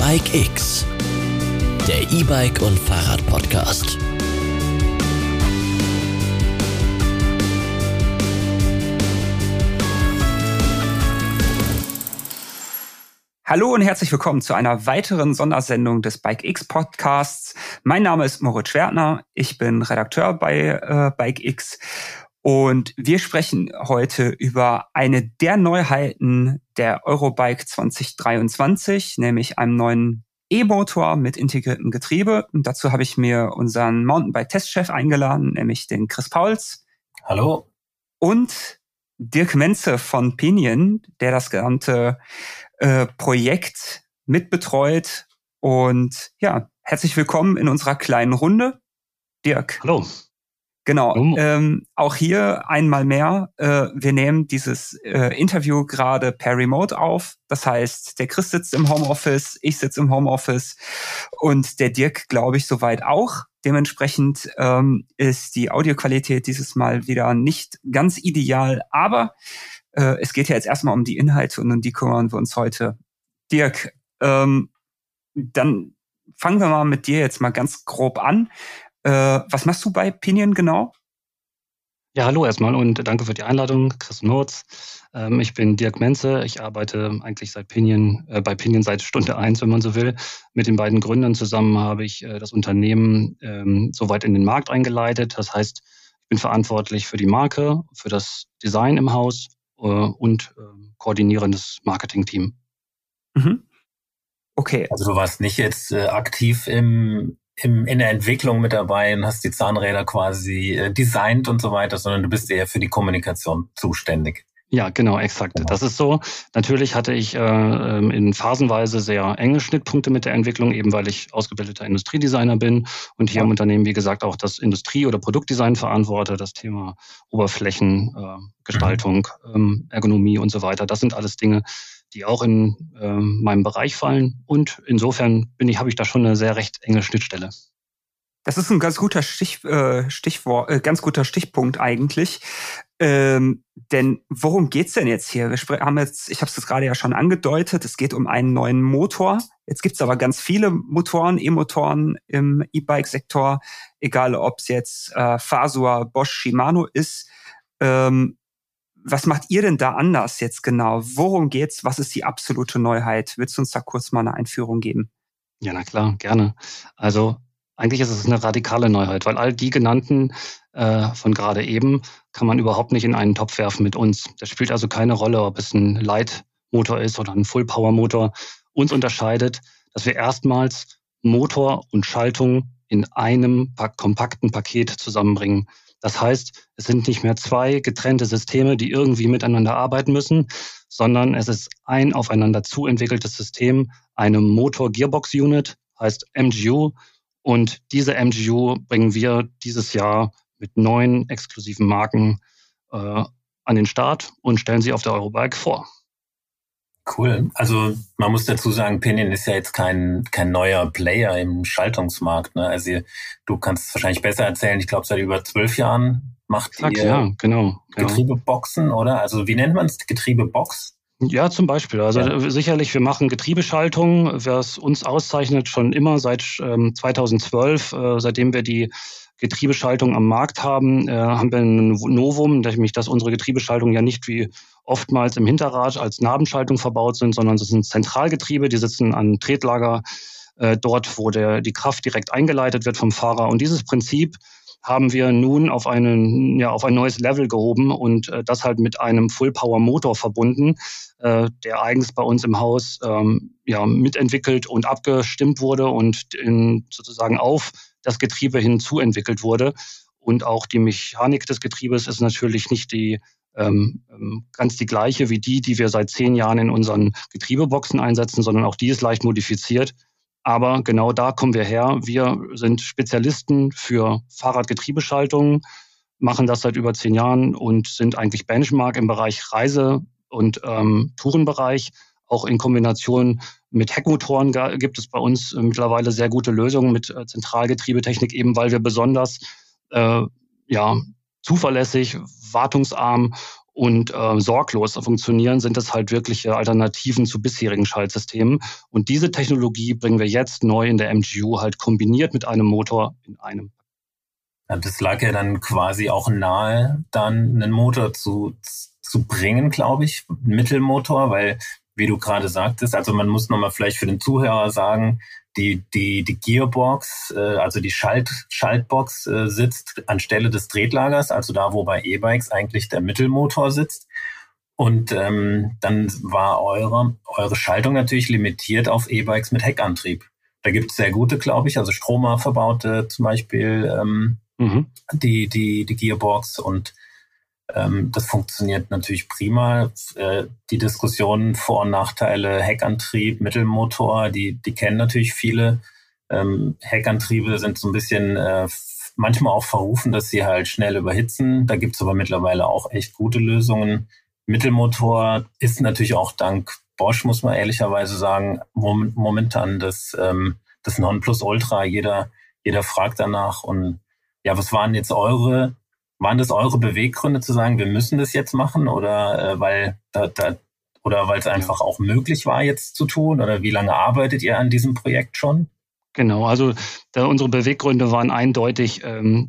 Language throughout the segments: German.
Bike X, der E-Bike- und Fahrrad-Podcast. Hallo und herzlich willkommen zu einer weiteren Sondersendung des Bike X Podcasts. Mein Name ist Moritz Schwertner, ich bin Redakteur bei Bike X und wir sprechen heute über eine der Neuheiten der Eurobike 2023, nämlich einem neuen E-Motor mit integriertem Getriebe. Und dazu habe ich mir unseren Mountainbike-Testchef eingeladen, nämlich den Chris Pauls. Hallo. Und Dirk Menze von Pinion, der das gesamte Projekt mitbetreut. Und ja, herzlich willkommen in unserer kleinen Runde. Dirk. Hallo. Genau, auch hier einmal mehr. Wir nehmen dieses Interview gerade per Remote auf. Das heißt, der Chris sitzt im Homeoffice, ich sitze im Homeoffice und der Dirk, glaube ich, soweit auch. Dementsprechend ist die Audioqualität dieses Mal wieder nicht ganz ideal, aber es geht ja jetzt erstmal um die Inhalte und um die kümmern wir uns heute. Dirk, dann fangen wir mal mit dir jetzt mal ganz grob an. Was machst du bei Pinion genau? Ja, hallo erstmal und danke für die Einladung, Chris Notz. Ich bin Dirk Menze. Ich arbeite eigentlich bei Pinion seit Stunde 1, wenn man so will. Mit den beiden Gründern zusammen habe ich das Unternehmen soweit in den Markt eingeleitet. Das heißt, ich bin verantwortlich für die Marke, für das Design im Haus und koordinierendes Marketing-Team. Mhm. Okay. Also du warst nicht jetzt aktiv in der Entwicklung mit dabei und hast die Zahnräder quasi designt und so weiter, sondern du bist eher für die Kommunikation zuständig. Ja, genau, exakt. Genau. Das ist so. Natürlich hatte ich in phasenweise sehr enge Schnittpunkte mit der Entwicklung, eben weil ich ausgebildeter Industriedesigner bin und hier im Unternehmen, wie gesagt, auch das Industrie- oder Produktdesign verantworte, das Thema Oberflächen, Gestaltung, Ergonomie und so weiter. Das sind alles Dinge, die auch in meinem Bereich fallen. Und insofern habe ich da schon eine sehr recht enge Schnittstelle. Das ist ein ganz guter ganz guter Stichpunkt eigentlich. Denn worum geht's denn jetzt hier? Ich habe es jetzt gerade ja schon angedeutet, es geht um einen neuen Motor. Jetzt gibt's aber ganz viele Motoren, E-Motoren im E-Bike-Sektor, egal ob es jetzt Fasua, Bosch, Shimano ist. Was macht ihr denn da anders jetzt genau? Worum geht's? Was ist die absolute Neuheit? Willst du uns da kurz mal eine Einführung geben? Ja, na klar, gerne. Also eigentlich ist es eine radikale Neuheit, weil all die genannten von gerade eben kann man überhaupt nicht in einen Topf werfen mit uns. Das spielt also keine Rolle, ob es ein Light-Motor ist oder ein Full-Power-Motor. Uns unterscheidet, dass wir erstmals Motor und Schaltung in einem kompakten Paket zusammenbringen. Das heißt, es sind nicht mehr zwei getrennte Systeme, die irgendwie miteinander arbeiten müssen, sondern es ist ein aufeinander zuentwickeltes System, eine Motor-Gearbox-Unit, heißt MGU. Und diese MGU bringen wir dieses Jahr mit 9 exklusiven Marken an den Start und stellen sie auf der Eurobike vor. Cool. Also man muss dazu sagen, Pinion ist ja jetzt kein neuer Player im Schaltungsmarkt. Ne? Also du kannst es wahrscheinlich besser erzählen. Ich glaube, seit über 12 Jahren macht ihr ja, genau. Getriebeboxen, oder? Also wie nennt man es? Getriebebox? Ja, zum Beispiel. Also sicherlich, wir machen Getriebeschaltung, was uns auszeichnet schon immer seit 2012, seitdem wir die Getriebeschaltung am Markt haben, haben wir ein Novum, nämlich dass unsere Getriebeschaltung ja nicht wie oftmals im Hinterrad als Nabenschaltung verbaut sind, sondern es sind Zentralgetriebe, die sitzen an Tretlager dort, wo die Kraft direkt eingeleitet wird vom Fahrer. Und dieses Prinzip haben wir nun auf ein neues Level gehoben und das halt mit einem Full-Power-Motor verbunden, der eigens bei uns im Haus mitentwickelt und abgestimmt wurde und sozusagen auf das Getriebe hinzuentwickelt wurde. Und auch die Mechanik des Getriebes ist natürlich nicht ganz die gleiche wie die wir seit 10 Jahren in unseren Getriebeboxen einsetzen, sondern auch die ist leicht modifiziert. Aber genau da kommen wir her. Wir sind Spezialisten für Fahrradgetriebeschaltungen, machen das seit über 10 Jahren und sind eigentlich Benchmark im Bereich Reise- und Tourenbereich. Auch in Kombination mit Heckmotoren gibt es bei uns mittlerweile sehr gute Lösungen mit Zentralgetriebetechnik, eben weil wir besonders zuverlässig, wartungsarm und sorglos funktionieren, sind das halt wirkliche Alternativen zu bisherigen Schaltsystemen. Und diese Technologie bringen wir jetzt neu in der MGU halt kombiniert mit einem Motor in einem. Ja, das lag ja dann quasi auch nahe, dann einen Motor zu bringen, glaube ich, einen Mittelmotor, weil, wie du gerade sagtest, also man muss nochmal vielleicht für den Zuhörer sagen, die Gearbox, also die Schaltbox sitzt anstelle des Drehlagers, also da, wo bei E-Bikes eigentlich der Mittelmotor sitzt. Und dann war eure Schaltung natürlich limitiert auf E-Bikes mit Heckantrieb. Da gibt es sehr gute, glaube ich, also Stroma verbaute zum Beispiel die Gearbox und das funktioniert natürlich prima. Die Diskussion Vor- und Nachteile Heckantrieb, Mittelmotor, die kennen natürlich viele. Heckantriebe sind so ein bisschen manchmal auch verrufen, dass sie halt schnell überhitzen. Da gibt's aber mittlerweile auch echt gute Lösungen. Mittelmotor ist natürlich auch dank Bosch, muss man ehrlicherweise sagen, momentan das Nonplusultra. Jeder fragt danach. Und ja, was waren jetzt waren das eure Beweggründe zu sagen, wir müssen das jetzt machen oder weil es einfach auch möglich war, jetzt zu tun? Oder wie lange arbeitet ihr an diesem Projekt schon? Genau, also unsere Beweggründe waren eindeutig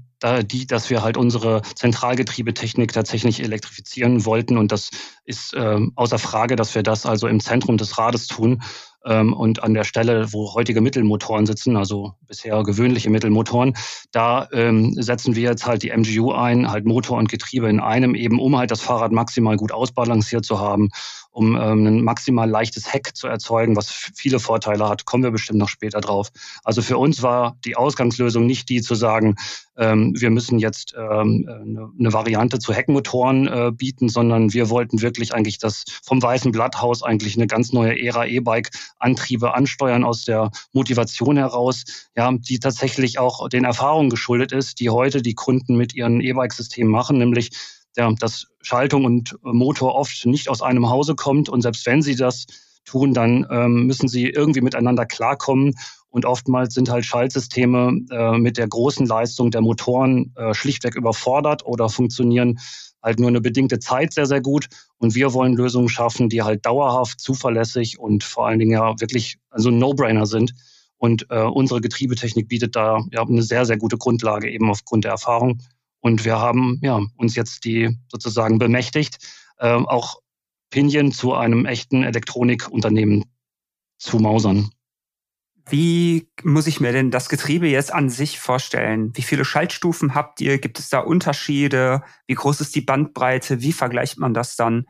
dass wir halt unsere Zentralgetriebetechnik tatsächlich elektrifizieren wollten. Und das ist außer Frage, dass wir das also im Zentrum des Rades tun. Und an der Stelle, wo heutige Mittelmotoren sitzen, also bisher gewöhnliche Mittelmotoren, da setzen wir jetzt halt die MGU ein, halt Motor und Getriebe in einem, eben um halt das Fahrrad maximal gut ausbalanciert zu haben, um ein maximal leichtes Heck zu erzeugen, was viele Vorteile hat. Kommen wir bestimmt noch später drauf. Also für uns war die Ausgangslösung nicht die zu sagen, wir müssen jetzt eine Variante zu Heckmotoren bieten, sondern wir wollten wirklich eigentlich das vom Weißen Blatthaus eigentlich eine ganz neue Ära E-Bike-Antriebe ansteuern aus der Motivation heraus, ja, die tatsächlich auch den Erfahrungen geschuldet ist, die heute die Kunden mit ihren E-Bike-Systemen machen, nämlich dass Schaltung und Motor oft nicht aus einem Hause kommt und selbst wenn sie das tun, dann müssen sie irgendwie miteinander klarkommen. Und oftmals sind halt Schaltsysteme mit der großen Leistung der Motoren schlichtweg überfordert oder funktionieren halt nur eine bedingte Zeit sehr, sehr gut. Und wir wollen Lösungen schaffen, die halt dauerhaft, zuverlässig und vor allen Dingen ja wirklich also ein No-Brainer sind. Und unsere Getriebetechnik bietet da ja eine sehr, sehr gute Grundlage eben aufgrund der Erfahrung. Und wir haben ja uns jetzt die sozusagen bemächtigt, auch Pinion zu einem echten Elektronikunternehmen zu mausern. Wie muss ich mir denn das Getriebe jetzt an sich vorstellen? Wie viele Schaltstufen habt ihr? Gibt es da Unterschiede? Wie groß ist die Bandbreite? Wie vergleicht man das dann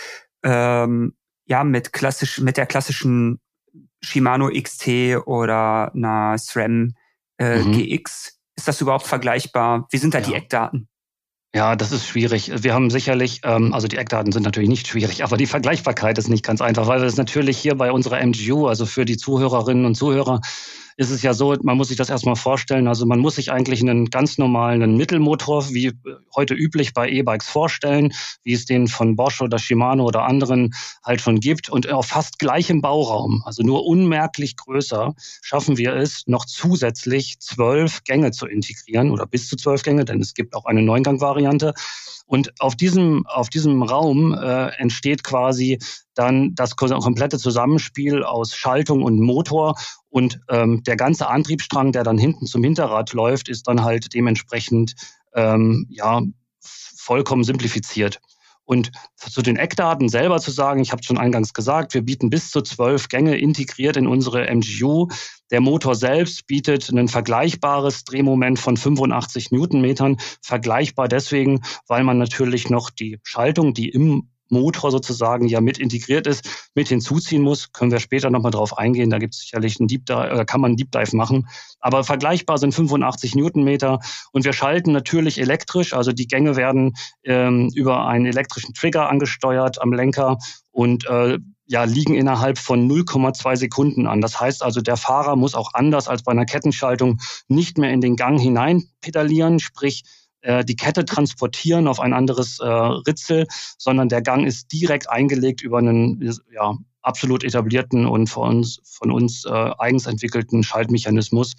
mit der klassischen Shimano XT oder einer SRAM GX? Ist das überhaupt vergleichbar? Wie sind da die Eckdaten? Ja, das ist schwierig. Wir haben sicherlich, also die Eckdaten sind natürlich nicht schwierig, aber die Vergleichbarkeit ist nicht ganz einfach, weil wir es natürlich hier bei unserer MGU, also für die Zuhörerinnen und Zuhörer, ist es ja so, man muss sich das erstmal vorstellen, also man muss sich eigentlich einen ganz normalen Mittelmotor, wie heute üblich bei E-Bikes vorstellen, wie es den von Bosch oder Shimano oder anderen halt schon gibt und auf fast gleichem Bauraum, also nur unmerklich größer, schaffen wir es, noch zusätzlich 12 Gänge zu integrieren oder bis zu 12 Gänge, denn es gibt auch eine 9-Gang-Variante. Und auf diesem Raum entsteht quasi dann das komplette Zusammenspiel aus Schaltung und Motor und der ganze Antriebsstrang, der dann hinten zum Hinterrad läuft, ist dann halt dementsprechend vollkommen simplifiziert. Und zu den Eckdaten selber zu sagen, ich habe schon eingangs gesagt, wir bieten bis zu 12 Gänge integriert in unsere MGU. Der Motor selbst bietet ein vergleichbares Drehmoment von 85 Newtonmetern. Vergleichbar deswegen, weil man natürlich noch die Schaltung, die im Motor sozusagen ja mit integriert ist, mit hinzuziehen muss. Können wir später nochmal drauf eingehen. Da gibt es sicherlich einen Deep Dive, kann man einen Deep Dive machen. Aber vergleichbar sind 85 Newtonmeter und wir schalten natürlich elektrisch. Also die Gänge werden über einen elektrischen Trigger angesteuert am Lenker und liegen innerhalb von 0,2 Sekunden an. Das heißt also, der Fahrer muss auch anders als bei einer Kettenschaltung nicht mehr in den Gang hinein pedalieren, sprich die Kette transportieren auf ein anderes Ritzel, sondern der Gang ist direkt eingelegt über einen absolut etablierten und von uns eigens entwickelten Schaltmechanismus,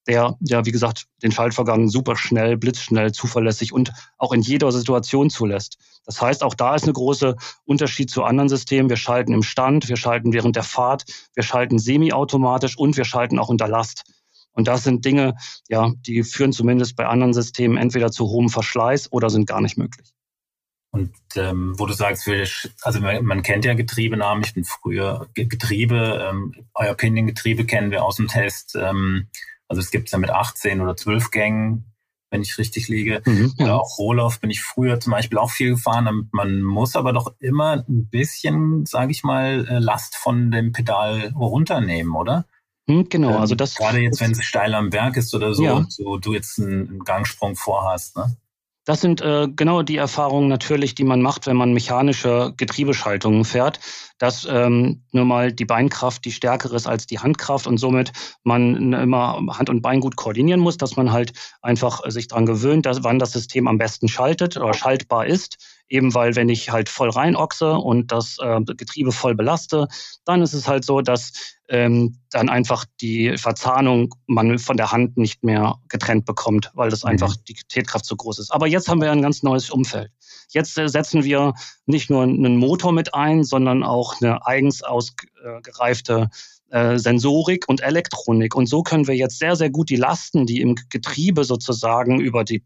der, ja, wie gesagt, den Schaltvorgang super schnell, blitzschnell, zuverlässig und auch in jeder Situation zulässt. Das heißt, auch da ist ein großer Unterschied zu anderen Systemen. Wir schalten im Stand, wir schalten während der Fahrt, wir schalten semi-automatisch und wir schalten auch unter Last. Und das sind Dinge, ja, die führen zumindest bei anderen Systemen entweder zu hohem Verschleiß oder sind gar nicht möglich. Und wo du sagst, also man kennt ja Getriebenamen, ich bin früher Getriebe, euer Pinion-Getriebe kennen wir aus dem Test. Also es gibt es ja mit 18 oder 12 Gängen, wenn ich richtig liege. Oder auch Rohloff bin ich früher zum Beispiel auch viel gefahren. Man muss aber doch immer ein bisschen, sage ich mal, Last von dem Pedal runternehmen, oder? Genau, also das gerade jetzt, wenn es steil am Berg ist oder so, ja. So du jetzt einen Gangsprung vorhast, ne? Das sind genau die Erfahrungen natürlich, die man macht, wenn man mechanische Getriebeschaltungen fährt, dass nur mal die Beinkraft die stärkere ist als die Handkraft und somit man immer Hand und Bein gut koordinieren muss, dass man halt einfach sich daran gewöhnt, dass, wann das System am besten schaltet oder schaltbar ist. Eben weil, wenn ich halt voll reinochse und das Getriebe voll belaste, dann ist es halt so, dass dann einfach die Verzahnung man von der Hand nicht mehr getrennt bekommt, weil das einfach die Tretkraft zu groß ist. Aber jetzt haben wir ein ganz neues Umfeld. Jetzt setzen wir nicht nur einen Motor mit ein, sondern auch eine eigens ausgereifte Sensorik und Elektronik. Und so können wir jetzt sehr, sehr gut die Lasten, die im Getriebe sozusagen über die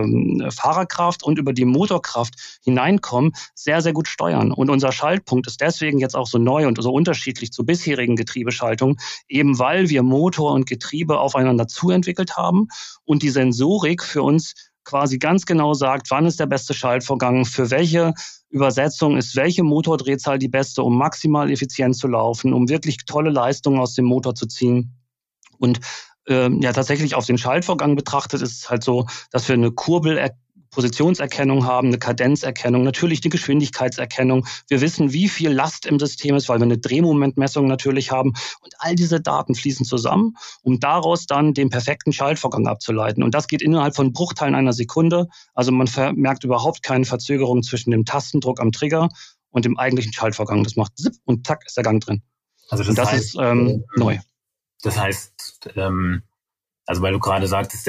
Fahrerkraft und über die Motorkraft hineinkommen, sehr, sehr gut steuern. Und unser Schaltpunkt ist deswegen jetzt auch so neu und so unterschiedlich zu bisherigen Getriebeschaltungen, eben weil wir Motor und Getriebe aufeinander zuentwickelt haben und die Sensorik für uns quasi ganz genau sagt, wann ist der beste Schaltvorgang, für welche Übersetzung ist welche Motordrehzahl die beste, um maximal effizient zu laufen, um wirklich tolle Leistungen aus dem Motor zu ziehen. Und ja, tatsächlich auf den Schaltvorgang betrachtet ist es halt so, dass wir eine Posititionserkennung haben, eine Kadenzerkennung, natürlich eine Geschwindigkeitserkennung. Wir wissen, wie viel Last im System ist, weil wir eine Drehmomentmessung natürlich haben. Und all diese Daten fließen zusammen, um daraus dann den perfekten Schaltvorgang abzuleiten. Und das geht innerhalb von Bruchteilen einer Sekunde. Also man merkt überhaupt keine Verzögerung zwischen dem Tastendruck am Trigger und dem eigentlichen Schaltvorgang. Das macht zipp und zack ist der Gang drin. Also das heißt, ist neu. Das heißt, also weil du gerade sagtest,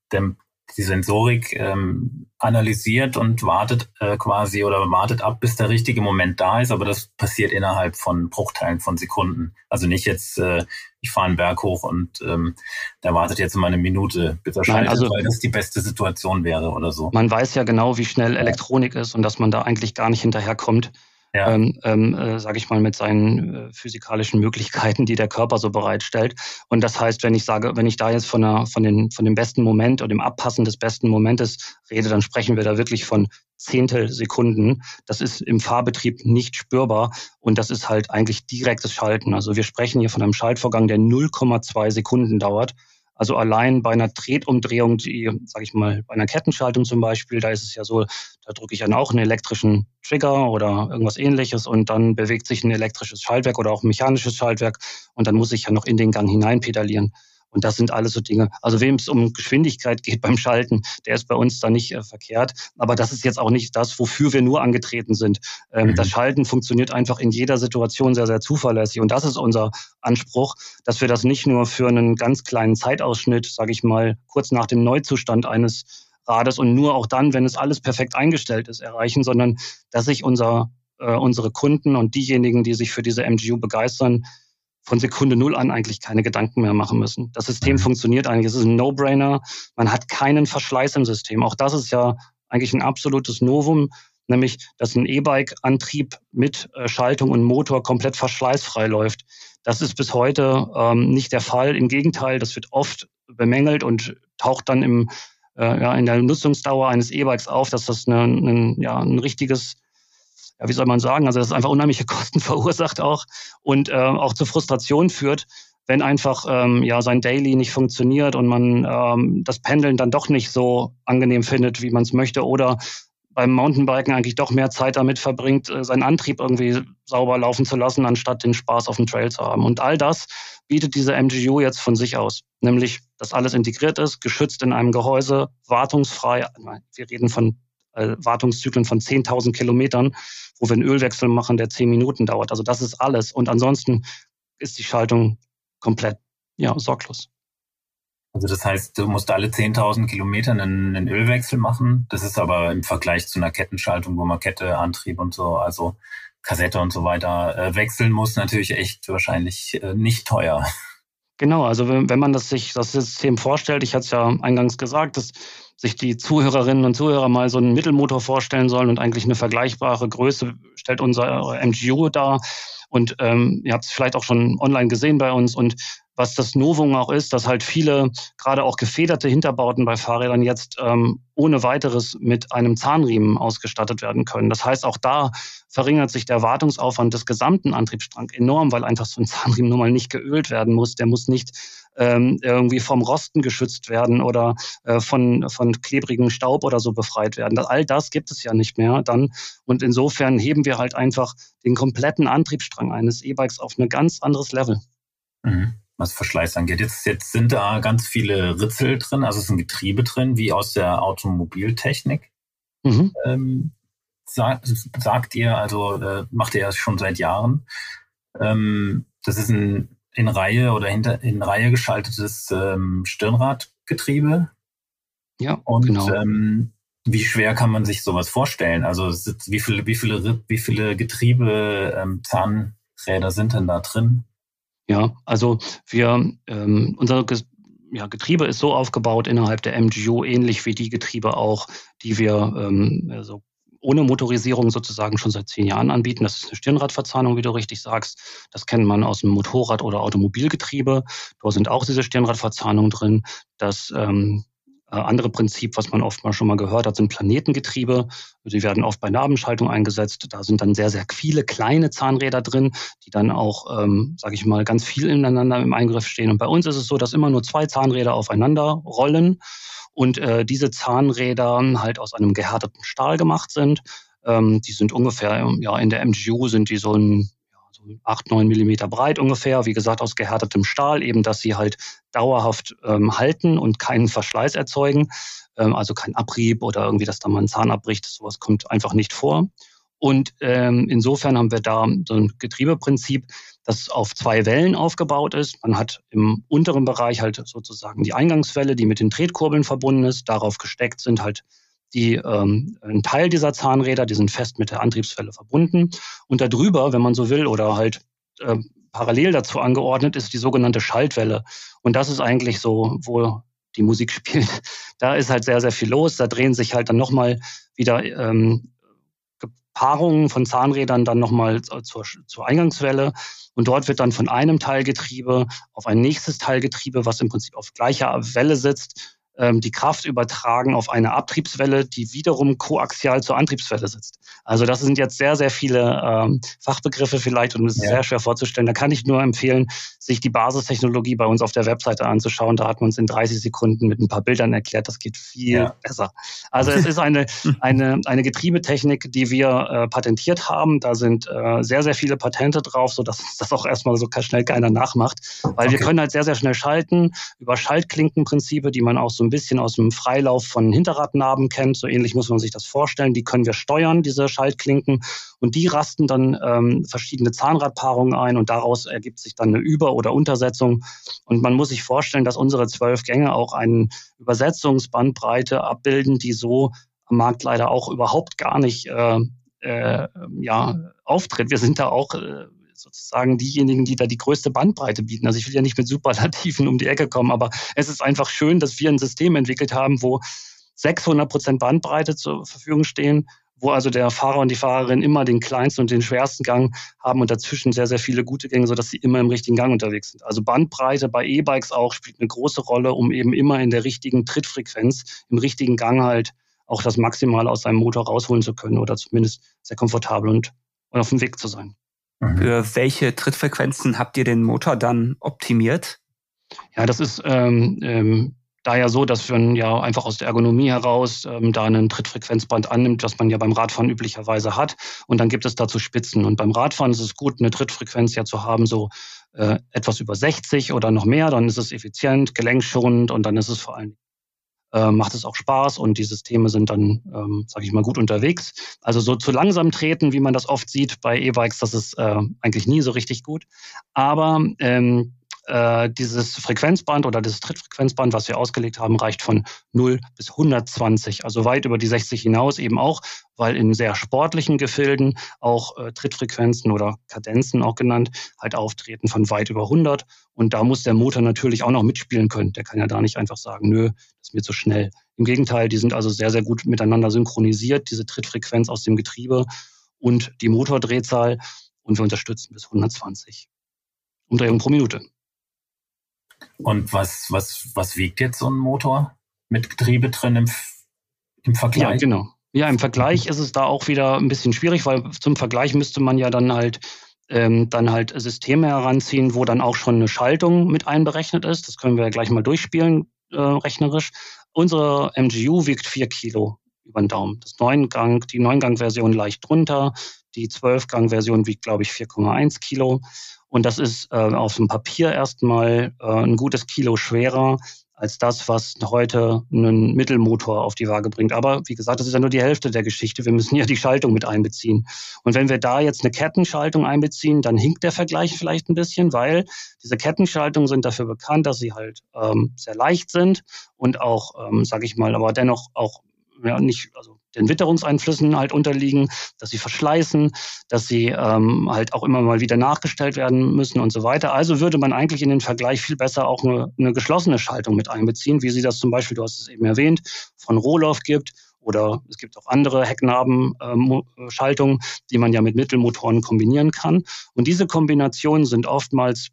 die Sensorik analysiert und wartet wartet ab, bis der richtige Moment da ist, aber das passiert innerhalb von Bruchteilen von Sekunden. Also nicht jetzt, ich fahre einen Berg hoch und der wartet jetzt immer eine Minute, bis er schaltet, weil das die beste Situation wäre oder so. Man weiß ja genau, wie schnell Elektronik ist und dass man da eigentlich gar nicht hinterherkommt. Ja. Sage ich mal, mit seinen physikalischen Möglichkeiten, die der Körper so bereitstellt. Und das heißt, wenn ich da jetzt von dem besten Moment oder dem Abpassen des besten Momentes rede, dann sprechen wir da wirklich von Zehntelsekunden. Das ist im Fahrbetrieb nicht spürbar und das ist halt eigentlich direktes Schalten. Also wir sprechen hier von einem Schaltvorgang, der 0,2 Sekunden dauert. Also allein bei einer Drehumdrehung, sage ich mal, bei einer Kettenschaltung zum Beispiel, da ist es ja so, da drücke ich dann auch einen elektrischen Trigger oder irgendwas Ähnliches und dann bewegt sich ein elektrisches Schaltwerk oder auch ein mechanisches Schaltwerk und dann muss ich ja noch in den Gang hinein pedalieren. Und das sind alles so Dinge. Also wem es um Geschwindigkeit geht beim Schalten, der ist bei uns da nicht verkehrt. Aber das ist jetzt auch nicht das, wofür wir nur angetreten sind. Das Schalten funktioniert einfach in jeder Situation sehr, sehr zuverlässig. Und das ist unser Anspruch, dass wir das nicht nur für einen ganz kleinen Zeitausschnitt, sage ich mal, kurz nach dem Neuzustand eines Rades und nur auch dann, wenn es alles perfekt eingestellt ist, erreichen, sondern dass sich unsere Kunden und diejenigen, die sich für diese MGU begeistern, von Sekunde 0 an eigentlich keine Gedanken mehr machen müssen. Das System funktioniert eigentlich. Es ist ein No-Brainer. Man hat keinen Verschleiß im System. Auch das ist ja eigentlich ein absolutes Novum, nämlich, dass ein E-Bike-Antrieb mit Schaltung und Motor komplett verschleißfrei läuft. Das ist bis heute nicht der Fall. Im Gegenteil, das wird oft bemängelt und taucht dann in der Nutzungsdauer eines E-Bikes auf, dass das ein richtiges, wie soll man sagen, also das einfach unheimliche Kosten verursacht auch und auch zu Frustration führt, wenn einfach sein Daily nicht funktioniert und man das Pendeln dann doch nicht so angenehm findet, wie man es möchte oder beim Mountainbiken eigentlich doch mehr Zeit damit verbringt, seinen Antrieb irgendwie sauber laufen zu lassen, anstatt den Spaß auf dem Trail zu haben. Und all das bietet diese MGU jetzt von sich aus, nämlich, dass alles integriert ist, geschützt in einem Gehäuse, wartungsfrei. Wir reden von Wartungszyklen von 10.000 Kilometern, wo wir einen Ölwechsel machen, der 10 Minuten dauert. Also das ist alles. Und ansonsten ist die Schaltung komplett sorglos. Also das heißt, du musst alle 10.000 Kilometer einen Ölwechsel machen. Das ist aber im Vergleich zu einer Kettenschaltung, wo man Kette, Antrieb und so, also Kassette und so weiter wechseln muss, natürlich echt wahrscheinlich nicht teuer. Genau, also wenn man das System vorstellt, ich hatte es ja eingangs gesagt, dass sich die Zuhörerinnen und Zuhörer mal so einen Mittelmotor vorstellen sollen und eigentlich eine vergleichbare Größe stellt unser MGU dar. Und ihr habt es vielleicht auch schon online gesehen bei uns. Und was das Novum auch ist, dass halt viele, gerade auch gefederte Hinterbauten bei Fahrrädern jetzt ohne weiteres mit einem Zahnriemen ausgestattet werden können. Das heißt, auch da verringert sich der Wartungsaufwand des gesamten Antriebsstrangs enorm, weil einfach so ein Zahnriemen nun mal nicht geölt werden muss. Der muss nicht irgendwie vom Rosten geschützt werden oder von klebrigem Staub oder so befreit werden. All das gibt es ja nicht mehr dann. Und insofern heben wir halt einfach den kompletten Antriebsstrang eines E-Bikes auf ein ganz anderes Level. Mhm. Was Verschleiß angeht. Jetzt sind da ganz viele Ritzel drin, also es ist ein Getriebe drin, wie aus der Automobiltechnik. Mhm. Sagt ihr, also macht ihr ja schon seit Jahren. Das ist ein in Reihe oder in Reihe geschaltetes Stirnradgetriebe. Ja, und genau. Wie schwer kann man sich sowas vorstellen? Also wie viele Getriebe Zahnräder sind denn da drin? Ja, also unser Getriebe ist so aufgebaut innerhalb der MGU, ähnlich wie die Getriebe auch, die wir so ohne Motorisierung sozusagen schon seit 10 Jahren anbieten. Das ist eine Stirnradverzahnung, wie du richtig sagst. Das kennt man aus dem Motorrad- oder Automobilgetriebe. Da sind auch diese Stirnradverzahnungen drin. Das andere Prinzip, was man oft mal schon mal gehört hat, sind Planetengetriebe. Die werden oft bei Nabenschaltung eingesetzt. Da sind dann sehr, sehr viele kleine Zahnräder drin, die dann auch, sage ich mal, ganz viel ineinander im Eingriff stehen. Und bei uns ist es so, dass immer nur 2 Zahnräder aufeinander rollen und diese Zahnräder halt aus einem gehärteten Stahl gemacht sind. Die sind ungefähr, in der MGU sind die so 8-9 Millimeter breit ungefähr, wie gesagt, aus gehärtetem Stahl, eben, dass sie halt dauerhaft halten und keinen Verschleiß erzeugen, also kein Abrieb oder irgendwie, dass da mal ein Zahn abbricht, sowas kommt einfach nicht vor. Und insofern haben wir da so ein Getriebeprinzip, das auf 2 Wellen aufgebaut ist. Man hat im unteren Bereich halt sozusagen die Eingangswelle, die mit den Tretkurbeln verbunden ist. Darauf gesteckt sind halt ein Teil dieser Zahnräder, die sind fest mit der Antriebswelle verbunden. Und darüber, wenn man so will, oder halt parallel dazu angeordnet, ist die sogenannte Schaltwelle. Und das ist eigentlich so, wo die Musik spielt. Da ist halt sehr, sehr viel los. Da drehen sich halt dann nochmal wieder Paarungen von Zahnrädern dann nochmal zur Eingangswelle. Und dort wird dann von einem Teilgetriebe auf ein nächstes Teilgetriebe, was im Prinzip auf gleicher Welle sitzt, die Kraft übertragen auf eine Abtriebswelle, die wiederum koaxial zur Antriebswelle sitzt. Also das sind jetzt sehr, sehr viele Fachbegriffe vielleicht und es ist sehr schwer vorzustellen. Da kann ich nur empfehlen, sich die Basistechnologie bei uns auf der Webseite anzuschauen. Da hat man uns in 30 Sekunden mit ein paar Bildern erklärt. Das geht viel besser. Also es ist eine Getriebetechnik, die wir patentiert haben. Da sind sehr, sehr viele Patente drauf, sodass das auch erstmal so schnell keiner nachmacht. Weil wir können halt sehr, sehr schnell schalten über Schaltklinkenprinzipe, die man auch so ein bisschen aus dem Freilauf von Hinterradnaben kennt. So ähnlich muss man sich das vorstellen. Die können wir steuern, diese Schaltklinken. Und die rasten dann verschiedene Zahnradpaarungen ein und daraus ergibt sich dann eine Über- oder Untersetzung. Und man muss sich vorstellen, dass unsere 12 Gänge auch eine Übersetzungsbandbreite abbilden, die so am Markt leider auch überhaupt gar nicht auftritt. Wir sind da auch sozusagen diejenigen, die da die größte Bandbreite bieten. Also ich will ja nicht mit Superlativen um die Ecke kommen, aber es ist einfach schön, dass wir ein System entwickelt haben, wo 600% Bandbreite zur Verfügung stehen, wo also der Fahrer und die Fahrerin immer den kleinsten und den schwersten Gang haben und dazwischen sehr, sehr viele gute Gänge, sodass sie immer im richtigen Gang unterwegs sind. Also Bandbreite bei E-Bikes auch spielt eine große Rolle, um eben immer in der richtigen Trittfrequenz, im richtigen Gang halt auch das Maximale aus seinem Motor rausholen zu können oder zumindest sehr komfortabel und auf dem Weg zu sein. Für welche Trittfrequenzen habt ihr den Motor dann optimiert? Ja, das ist daher so, dass man ja einfach aus der Ergonomie heraus da einen Trittfrequenzband annimmt, was man ja beim Radfahren üblicherweise hat. Und dann gibt es dazu Spitzen. Und beim Radfahren ist es gut, eine Trittfrequenz ja zu haben, so etwas über 60 oder noch mehr. Dann ist es effizient, gelenkschonend und dann ist es vor allem macht es auch Spaß und die Systeme sind dann, sage ich mal, gut unterwegs. Also so zu langsam treten, wie man das oft sieht bei E-Bikes, das ist eigentlich nie so richtig gut. Aber dieses Frequenzband oder das Trittfrequenzband, was wir ausgelegt haben, reicht von 0 bis 120, also weit über die 60 hinaus, eben auch, weil in sehr sportlichen Gefilden auch Trittfrequenzen oder Kadenzen auch genannt, halt auftreten von weit über 100. Und da muss der Motor natürlich auch noch mitspielen können. Der kann ja da nicht einfach sagen, nö, das ist mir zu schnell. Im Gegenteil, die sind also sehr, sehr gut miteinander synchronisiert, diese Trittfrequenz aus dem Getriebe und die Motordrehzahl. Und wir unterstützen bis 120 Umdrehungen pro Minute. Und was wiegt jetzt so ein Motor mit Getriebe drin im Vergleich? Ja, genau. Ja, im Vergleich ist es da auch wieder ein bisschen schwierig, weil zum Vergleich müsste man ja dann halt Systeme heranziehen, wo dann auch schon eine Schaltung mit einberechnet ist. Das können wir ja gleich mal durchspielen, rechnerisch. Unsere MGU wiegt 4 Kilo über den Daumen. Die 9-Gang-Version leicht drunter. Die 12-Gang-Version wiegt, glaube ich, 4,1 Kilo. Und das ist auf dem Papier erstmal ein gutes Kilo schwerer als das, was heute einen Mittelmotor auf die Waage bringt. Aber wie gesagt, das ist ja nur die Hälfte der Geschichte. Wir müssen ja die Schaltung mit einbeziehen. Und wenn wir da jetzt eine Kettenschaltung einbeziehen, dann hinkt der Vergleich vielleicht ein bisschen, weil diese Kettenschaltungen sind dafür bekannt, dass sie halt sehr leicht sind und auch, sage ich mal, aber dennoch auch nicht, also den Witterungseinflüssen halt unterliegen, dass sie verschleißen, dass sie halt auch immer mal wieder nachgestellt werden müssen und so weiter. Also würde man eigentlich in den Vergleich viel besser auch eine geschlossene Schaltung mit einbeziehen, wie sie das zum Beispiel, du hast es eben erwähnt, von Rohloff gibt. Oder es gibt auch andere Hecknaben-Schaltungen, die man ja mit Mittelmotoren kombinieren kann. Und diese Kombinationen sind oftmals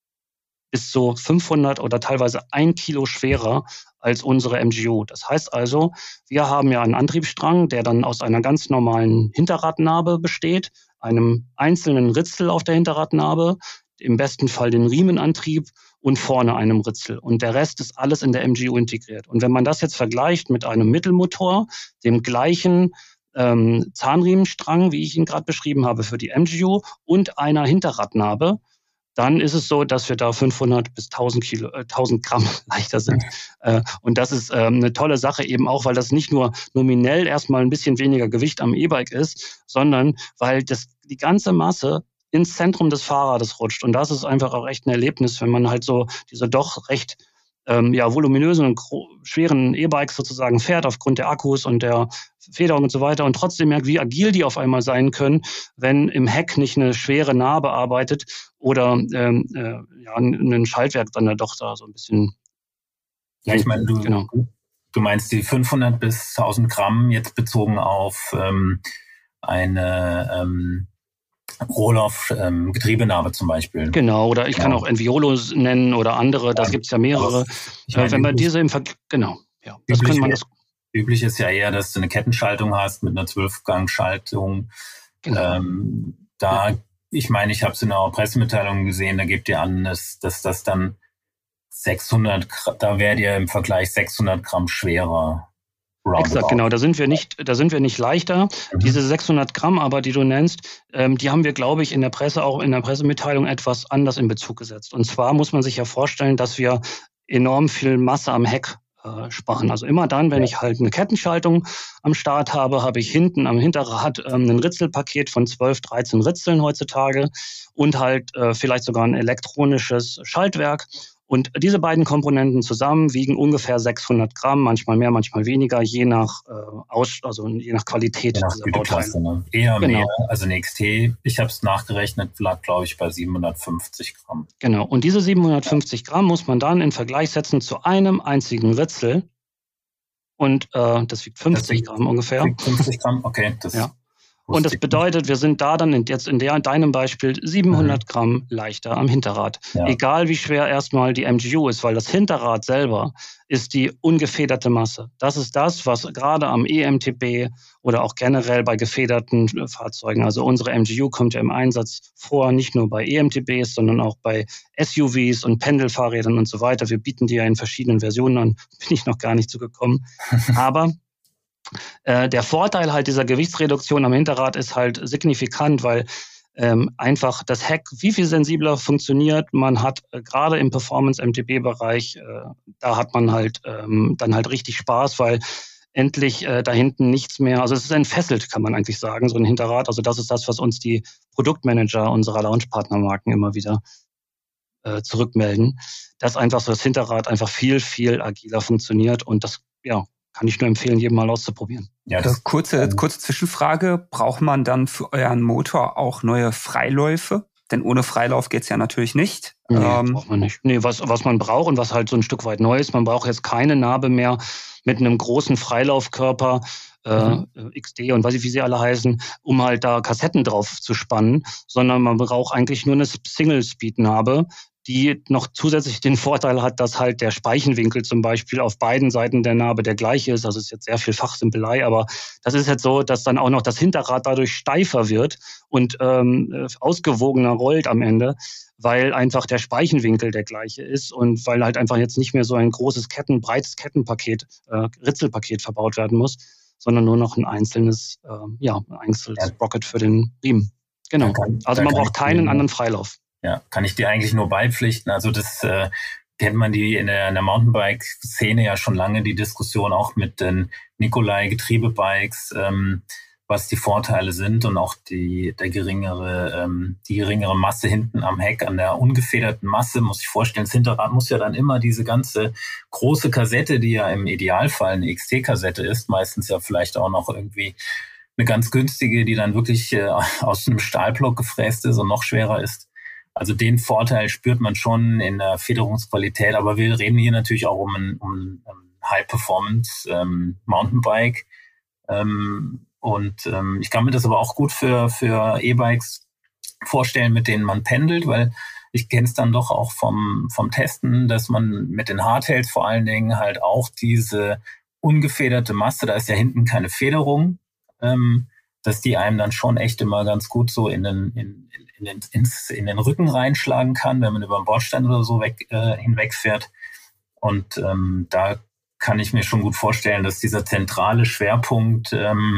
bis zu 500 oder teilweise 1 Kilo schwerer als unsere MGU. Das heißt also, wir haben ja einen Antriebsstrang, der dann aus einer ganz normalen Hinterradnabe besteht, einem einzelnen Ritzel auf der Hinterradnabe, im besten Fall den Riemenantrieb und vorne einem Ritzel. Und der Rest ist alles in der MGU integriert. Und wenn man das jetzt vergleicht mit einem Mittelmotor, dem gleichen Zahnriemenstrang, wie ich ihn gerade beschrieben habe, für die MGU und einer Hinterradnabe, dann ist es so, dass wir da 500 bis 1000 Gramm leichter sind. Und das ist eine tolle Sache eben auch, weil das nicht nur nominell erstmal ein bisschen weniger Gewicht am E-Bike ist, sondern weil die ganze Masse ins Zentrum des Fahrrades rutscht. Und das ist einfach auch echt ein Erlebnis, wenn man halt so diese doch recht voluminösen und schweren E-Bikes sozusagen fährt aufgrund der Akkus und der Federung und so weiter und trotzdem merkt, wie agil die auf einmal sein können, wenn im Heck nicht eine schwere Narbe arbeitet oder ein Schaltwerk dann doch da so ein bisschen... Ja, ich meine, du meinst die 500 bis 1000 Gramm jetzt bezogen auf eine Rohloff Getriebenarbe zum Beispiel. Genau, oder ich kann auch Enviolo nennen oder andere, das gibt's ja mehrere. Wenn man diese genau, ja, das könnte man das. Üblich ist ja eher, dass du eine Kettenschaltung hast mit einer 12-Gang-Schaltung. Genau. Ich meine, ich habe es in einer Pressemitteilung gesehen, da gebt ihr an, dass das dann 600, da wäre ihr im Vergleich 600 Gramm schwerer. Exakt, genau. Da sind wir nicht leichter. Mhm. Diese 600 Gramm aber, die du nennst, die haben wir, glaube ich, in der Pressemitteilung etwas anders in Bezug gesetzt. Und zwar muss man sich ja vorstellen, dass wir enorm viel Masse am Heck sparen. Also immer dann, wenn ich halt eine Kettenschaltung am Start habe, habe ich hinten am Hinterrad ein Ritzelpaket von 12, 13 Ritzeln heutzutage und halt vielleicht sogar ein elektronisches Schaltwerk. Und diese beiden Komponenten zusammen wiegen ungefähr 600 Gramm, manchmal mehr, manchmal weniger, je nach je nach Qualität dieser Bauteile. Ne? Eher mehr, also eine XT, ich habe es nachgerechnet, lag, glaube ich, bei 750 Gramm. Genau, und diese 750 Gramm muss man dann in Vergleich setzen zu einem einzigen Ritzel. Und das wiegt 50 Gramm ungefähr. 50 Gramm, okay. Und das bedeutet, wir sind da dann jetzt in deinem Beispiel 700 Gramm leichter am Hinterrad. Ja. Egal wie schwer erstmal die MGU ist, weil das Hinterrad selber ist die ungefederte Masse. Das ist das, was gerade am EMTB oder auch generell bei gefederten Fahrzeugen, also unsere MGU kommt ja im Einsatz vor, nicht nur bei EMTBs, sondern auch bei SUVs und Pendelfahrrädern und so weiter. Wir bieten die ja in verschiedenen Versionen an, bin ich noch gar nicht zugekommen. Aber der Vorteil halt dieser Gewichtsreduktion am Hinterrad ist halt signifikant, weil einfach das Heck wie viel sensibler funktioniert. Man hat gerade im Performance-MTB-Bereich, da hat man halt dann halt richtig Spaß, weil endlich da hinten nichts mehr, also es ist entfesselt, kann man eigentlich sagen, so ein Hinterrad. Also das ist das, was uns die Produktmanager unserer Launchpartnermarken immer wieder zurückmelden, dass einfach so das Hinterrad einfach viel, viel agiler funktioniert und das kann ich nur empfehlen, jedem mal auszuprobieren. Ja, kurze Zwischenfrage. Braucht man dann für euren Motor auch neue Freiläufe? Denn ohne Freilauf geht's ja natürlich nicht. Nee, braucht man nicht. Nee, was man braucht und was halt so ein Stück weit neu ist, man braucht jetzt keine Narbe mehr mit einem großen Freilaufkörper, XD und weiß ich, wie sie alle heißen, um halt da Kassetten drauf zu spannen, sondern man braucht eigentlich nur eine Single-Speed-Narbe, die noch zusätzlich den Vorteil hat, dass halt der Speichenwinkel zum Beispiel auf beiden Seiten der Narbe der gleiche ist. Also ist jetzt sehr viel Fachsimpelei, aber das ist jetzt so, dass dann auch noch das Hinterrad dadurch steifer wird und ausgewogener rollt am Ende, weil einfach der Speichenwinkel der gleiche ist und weil halt einfach jetzt nicht mehr so ein großes breites Kettenpaket, Ritzelpaket verbaut werden muss, sondern nur noch ein einzelnes Sprocket für den Riemen. Genau. Also man braucht keinen anderen Freilauf. Ja, kann ich dir eigentlich nur beipflichten. Also das kennt man in der Mountainbike-Szene ja schon lange, die Diskussion auch mit den Nicolai-Getriebebikes, was die Vorteile sind und auch die geringere Masse hinten am Heck, an der ungefederten Masse, muss ich vorstellen. Das Hinterrad muss ja dann immer diese ganze große Kassette, die ja im Idealfall eine XT-Kassette ist, meistens ja vielleicht auch noch irgendwie eine ganz günstige, die dann wirklich aus einem Stahlblock gefräst ist und noch schwerer ist. Also den Vorteil spürt man schon in der Federungsqualität, aber wir reden hier natürlich auch um ein High-Performance Mountainbike. Ich kann mir das aber auch gut für E-Bikes vorstellen, mit denen man pendelt, weil ich kenne es dann doch auch vom Testen, dass man mit den Hardtails vor allen Dingen halt auch diese ungefederte Masse, da ist ja hinten keine Federung, dass die einem dann schon echt immer ganz gut so in den Rücken reinschlagen kann, wenn man über den Bordstein oder so hinwegfährt. Und da kann ich mir schon gut vorstellen, dass dieser zentrale Schwerpunkt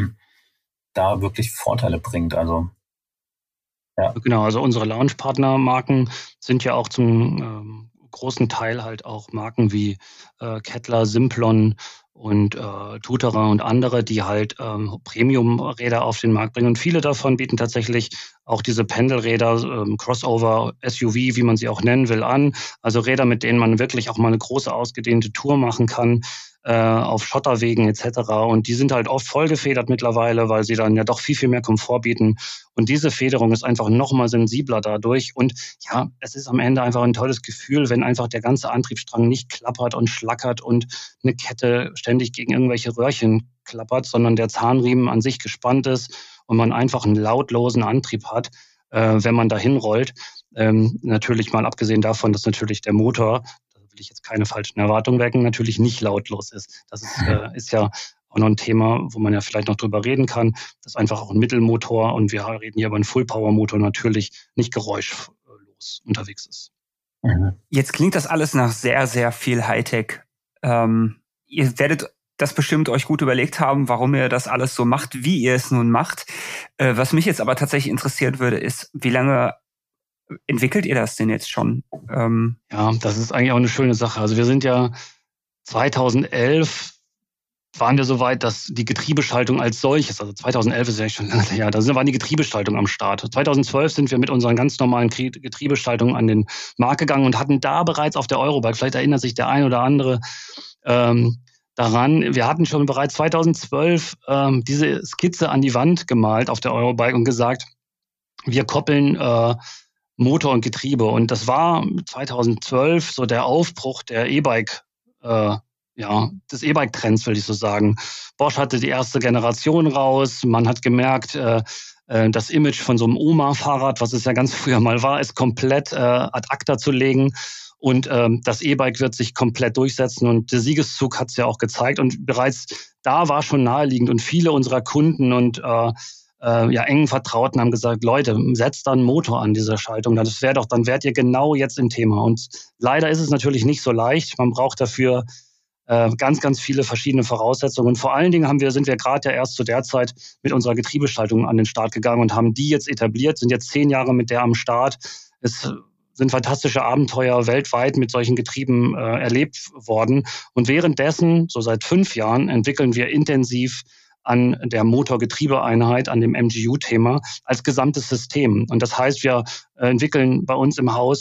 da wirklich Vorteile bringt. Also ja. Genau, also unsere Launchpartner-Marken sind ja auch zum großen Teil halt auch Marken wie Kettler, Simplon und Tuterer und andere, die halt Premium-Räder auf den Markt bringen. Und viele davon bieten tatsächlich auch diese Pendelräder, Crossover, SUV, wie man sie auch nennen will, an. Also Räder, mit denen man wirklich auch mal eine große, ausgedehnte Tour machen kann, auf Schotterwegen etc. Und die sind halt oft vollgefedert mittlerweile, weil sie dann ja doch viel, viel mehr Komfort bieten. Und diese Federung ist einfach nochmal sensibler dadurch. Und ja, es ist am Ende einfach ein tolles Gefühl, wenn einfach der ganze Antriebsstrang nicht klappert und schlackert und eine Kette ständig gegen irgendwelche Röhrchen klappert, sondern der Zahnriemen an sich gespannt ist und man einfach einen lautlosen Antrieb hat, wenn man dahin rollt. Natürlich mal abgesehen davon, dass natürlich der Motor, will ich jetzt keine falschen Erwartungen wecken, natürlich nicht lautlos ist. Das ist ja auch noch ein Thema, wo man ja vielleicht noch drüber reden kann, dass einfach auch ein Mittelmotor, und wir reden hier über einen Full-Power-Motor, natürlich nicht geräuschlos unterwegs ist. Jetzt klingt das alles nach sehr, sehr viel Hightech. Ihr werdet das bestimmt euch gut überlegt haben, warum ihr das alles so macht, wie ihr es nun macht. Was mich jetzt aber tatsächlich interessieren würde, ist, wie lange entwickelt ihr das denn jetzt schon? Ja, das ist eigentlich auch eine schöne Sache. Also wir sind ja 2011 waren wir so weit, dass die Getriebeschaltung als solches, also 2011 ist ja schon lange her, da waren die Getriebeschaltungen am Start. 2012 sind wir mit unseren ganz normalen Getriebeschaltungen an den Markt gegangen und hatten da bereits auf der Eurobike, vielleicht erinnert sich der ein oder andere daran, wir hatten schon bereits 2012 diese Skizze an die Wand gemalt auf der Eurobike und gesagt, wir koppeln Motor und Getriebe. Und das war 2012 so der Aufbruch der E-Bike, des E-Bike-Trends, will ich so sagen. Bosch hatte die erste Generation raus. Man hat gemerkt, das Image von so einem Oma-Fahrrad, was es ja ganz früher mal war, ist komplett ad acta zu legen. Und das E-Bike wird sich komplett durchsetzen. Und der Siegeszug hat es ja auch gezeigt. Und bereits da war schon naheliegend. Und viele unserer Kunden und engen Vertrauten haben gesagt, Leute, setzt da einen Motor an dieser Schaltung. Dann wärt ihr genau jetzt im Thema. Und leider ist es natürlich nicht so leicht. Man braucht dafür ganz, ganz viele verschiedene Voraussetzungen. Und vor allen Dingen sind wir gerade ja erst zu der Zeit mit unserer Getriebeschaltung an den Start gegangen und haben die jetzt etabliert, sind jetzt 10 Jahre mit der am Start. Es sind fantastische Abenteuer weltweit mit solchen Getrieben erlebt worden. Und währenddessen, so seit 5 Jahren, entwickeln wir intensiv an der Motor-Getriebe-Einheit, an dem MGU-Thema als gesamtes System. Und das heißt, wir entwickeln bei uns im Haus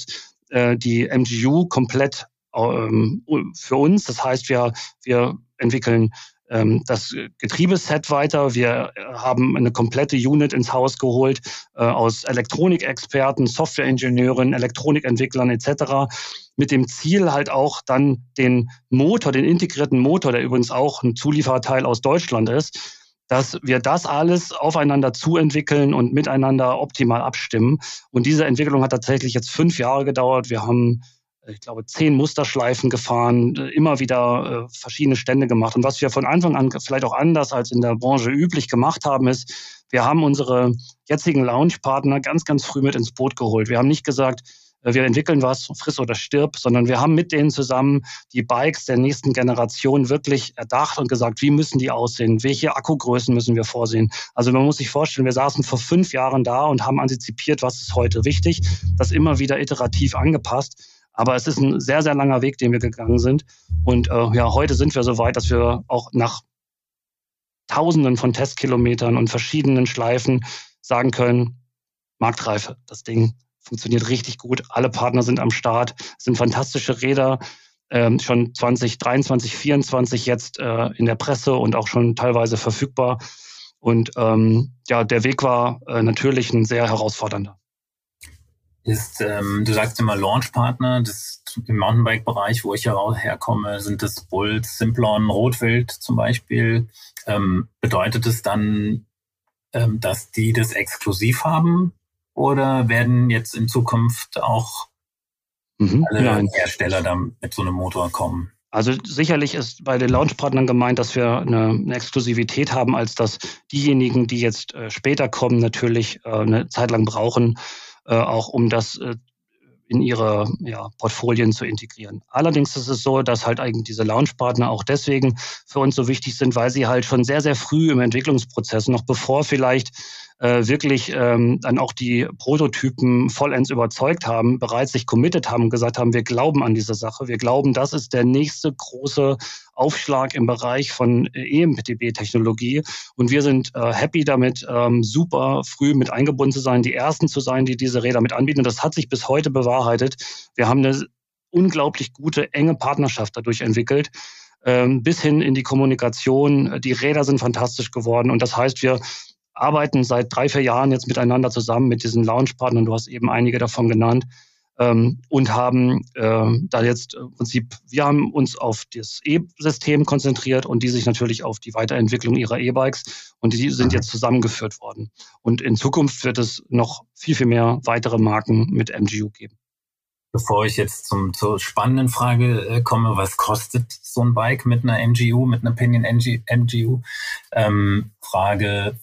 die MGU komplett für uns. Das heißt, wir entwickeln das Getriebeset weiter. Wir haben eine komplette Unit ins Haus geholt aus Elektronikexperten, Softwareingenieuren, Elektronikentwicklern etc. Mit dem Ziel halt auch dann den integrierten Motor, der übrigens auch ein Zulieferteil aus Deutschland ist, dass wir das alles aufeinander zuentwickeln und miteinander optimal abstimmen. Und diese Entwicklung hat tatsächlich jetzt 5 Jahre gedauert. Wir haben, ich glaube, 10 Musterschleifen gefahren, immer wieder verschiedene Stände gemacht. Und was wir von Anfang an vielleicht auch anders als in der Branche üblich gemacht haben, ist, wir haben unsere jetzigen Launchpartner ganz, ganz früh mit ins Boot geholt. Wir haben nicht gesagt, wir entwickeln was, friss oder stirb, sondern wir haben mit denen zusammen die Bikes der nächsten Generation wirklich erdacht und gesagt, wie müssen die aussehen, welche Akkugrößen müssen wir vorsehen. Also man muss sich vorstellen, wir saßen vor 5 Jahren da und haben antizipiert, was ist heute wichtig, das immer wieder iterativ angepasst. Aber es ist ein sehr, sehr langer Weg, den wir gegangen sind. Und heute sind wir so weit, dass wir auch nach Tausenden von Testkilometern und verschiedenen Schleifen sagen können, Marktreife, das Ding funktioniert richtig gut. Alle Partner sind am Start. Es sind fantastische Räder, schon 2023, 2024 jetzt in der Presse und auch schon teilweise verfügbar. Und der Weg war natürlich ein sehr herausfordernder. Du sagst immer Launchpartner, im Mountainbike-Bereich, wo ich ja auch herkomme, sind das Bulls, Simplon, Rotwild zum Beispiel. Bedeutet es dann, dass die das exklusiv haben? Oder werden jetzt in Zukunft auch alle Hersteller dann mit so einem Motor kommen? Also sicherlich ist bei den Launchpartnern gemeint, dass wir eine Exklusivität haben, als dass diejenigen, die jetzt später kommen, natürlich eine Zeit lang brauchen, auch um das in ihre Portfolien zu integrieren. Allerdings ist es so, dass halt eigentlich diese Launchpartner auch deswegen für uns so wichtig sind, weil sie halt schon sehr, sehr früh im Entwicklungsprozess, noch bevor vielleicht wirklich dann auch die Prototypen vollends überzeugt haben, bereits sich committed haben und gesagt haben, wir glauben an diese Sache. Wir glauben, das ist der nächste große Aufschlag im Bereich von eMPDB-Technologie. Und wir sind happy damit, super früh mit eingebunden zu sein, die Ersten zu sein, die diese Räder mit anbieten. Und das hat sich bis heute bewahrheitet. Wir haben eine unglaublich gute, enge Partnerschaft dadurch entwickelt, bis hin in die Kommunikation. Die Räder sind fantastisch geworden. Und das heißt, wir arbeiten seit 3-4 Jahren jetzt miteinander zusammen mit diesen Launchpartnern, du hast eben einige davon genannt, und haben da jetzt im Prinzip, wir haben uns auf das E-System konzentriert und die sich natürlich auf die Weiterentwicklung ihrer E-Bikes und die sind jetzt zusammengeführt worden. Und in Zukunft wird es noch viel, viel mehr weitere Marken mit MGU geben. Bevor ich jetzt zur spannenden Frage komme, was kostet so ein Bike mit einer MGU, mit einer Pinion MGU? Frage,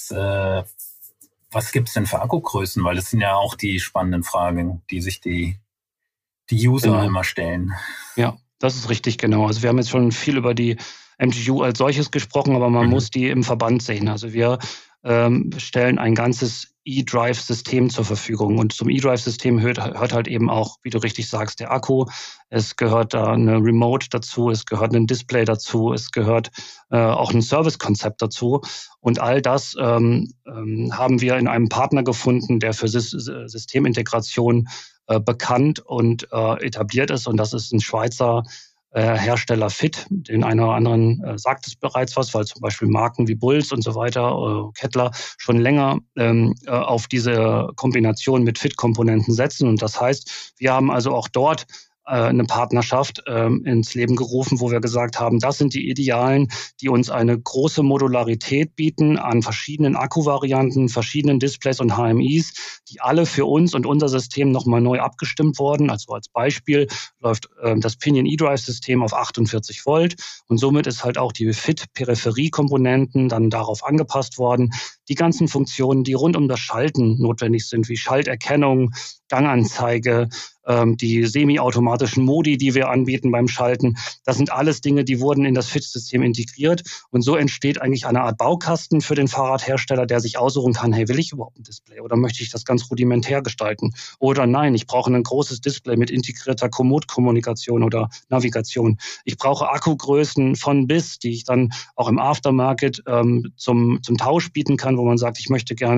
was gibt's denn für Akkugrößen? Weil das sind ja auch die spannenden Fragen, die sich die User immer stellen. Ja, das ist richtig, genau. Also wir haben jetzt schon viel über die MGU als solches gesprochen, aber man muss die im Verband sehen. Also wir stellen ein ganzes eDrive-System zur Verfügung. Und zum eDrive-System hört halt eben auch, wie du richtig sagst, der Akku. Es gehört da eine Remote dazu, es gehört ein Display dazu, es gehört auch ein Service-Konzept dazu. Und all das haben wir in einem Partner gefunden, der für Systemintegration bekannt und etabliert ist. Und das ist ein Schweizer Hersteller Fit. Den einen oder anderen sagt es bereits was, weil zum Beispiel Marken wie Bulls und so weiter, Kettler, schon länger auf diese Kombination mit Fit-Komponenten setzen. Und das heißt, wir haben also auch dort eine Partnerschaft ins Leben gerufen, wo wir gesagt haben, das sind die Idealen, die uns eine große Modularität bieten an verschiedenen Akkuvarianten, verschiedenen Displays und HMIs, die alle für uns und unser System nochmal neu abgestimmt wurden. Also als Beispiel läuft das Pinion eDrive-System auf 48 Volt und somit ist halt auch die Fit-Peripheriekomponenten dann darauf angepasst worden. Die ganzen Funktionen, die rund um das Schalten notwendig sind, wie Schalterkennung, Ganganzeige, die semi-automatischen Modi, die wir anbieten beim Schalten. Das sind alles Dinge, die wurden in das Fit-System integriert. Und so entsteht eigentlich eine Art Baukasten für den Fahrradhersteller, der sich aussuchen kann, hey, will ich überhaupt ein Display oder möchte ich das ganz rudimentär gestalten? Oder nein, ich brauche ein großes Display mit integrierter Komoot-Kommunikation oder Navigation. Ich brauche Akkugrößen von bis, die ich dann auch im Aftermarket zum Tausch bieten kann, wo man sagt, ich möchte gerne